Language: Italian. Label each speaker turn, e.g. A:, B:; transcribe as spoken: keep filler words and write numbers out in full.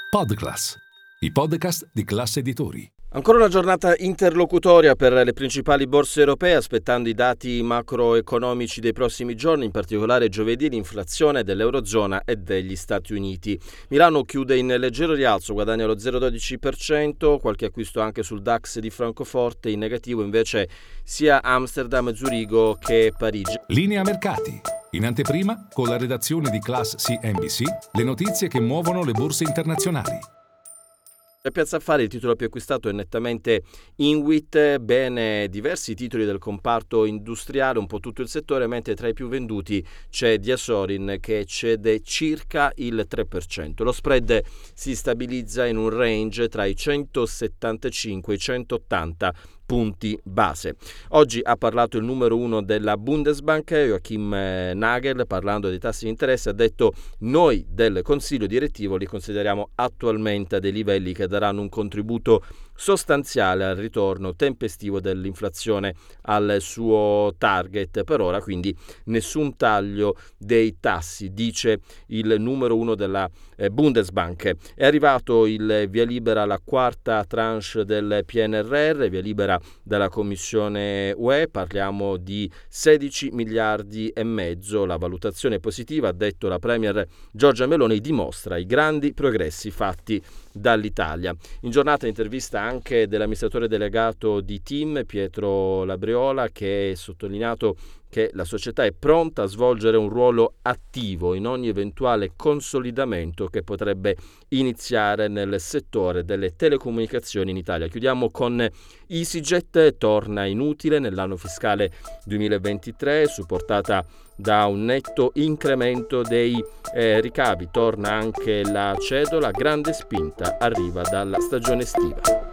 A: Podclass, i podcast di Class Editori.
B: Ancora una giornata interlocutoria per le principali borse europee, aspettando i dati macroeconomici dei prossimi giorni, in particolare giovedì l'inflazione dell'Eurozona e degli Stati Uniti. Milano chiude in leggero rialzo, guadagna lo zero virgola dodici per cento, qualche acquisto anche sul DAX di Francoforte, in negativo invece sia Amsterdam, Zurigo che Parigi.
A: Linea mercati. In anteprima, con la redazione di Class C N B C, le notizie che muovono le borse internazionali.
B: A Piazza Affari il titolo più acquistato è nettamente Inwit, bene diversi titoli del comparto industriale, un po' tutto il settore, mentre tra i più venduti c'è Diasorin che cede circa il tre per cento. Lo spread si stabilizza in un range tra i centosettantacinque e i centottanta punti base. Oggi ha parlato il numero uno della Bundesbank, Joachim Nagel, parlando dei tassi di interesse, ha detto: noi del Consiglio direttivo li consideriamo attualmente a dei livelli che daranno un contributo sostanziale al ritorno tempestivo dell'inflazione al suo target. Per ora quindi nessun taglio dei tassi, dice il numero uno della eh, Bundesbank. È arrivato il via libera alla quarta tranche del P N R R, via libera dalla Commissione U E, parliamo di sedici miliardi e mezzo. La valutazione è positiva, ha detto la Premier Giorgia Meloni, dimostra i grandi progressi fatti dall'Italia. In giornata intervista anche dell'amministratore delegato di TIM, Pietro Labriola, che ha sottolineato che la società è pronta a svolgere un ruolo attivo in ogni eventuale consolidamento che potrebbe iniziare nel settore delle telecomunicazioni in Italia. Chiudiamo con EasyJet, torna inutile nell'anno fiscale duemilaventitré, supportata da un netto incremento dei eh, ricavi. Torna anche la cedola, grande spinta arriva dalla stagione estiva.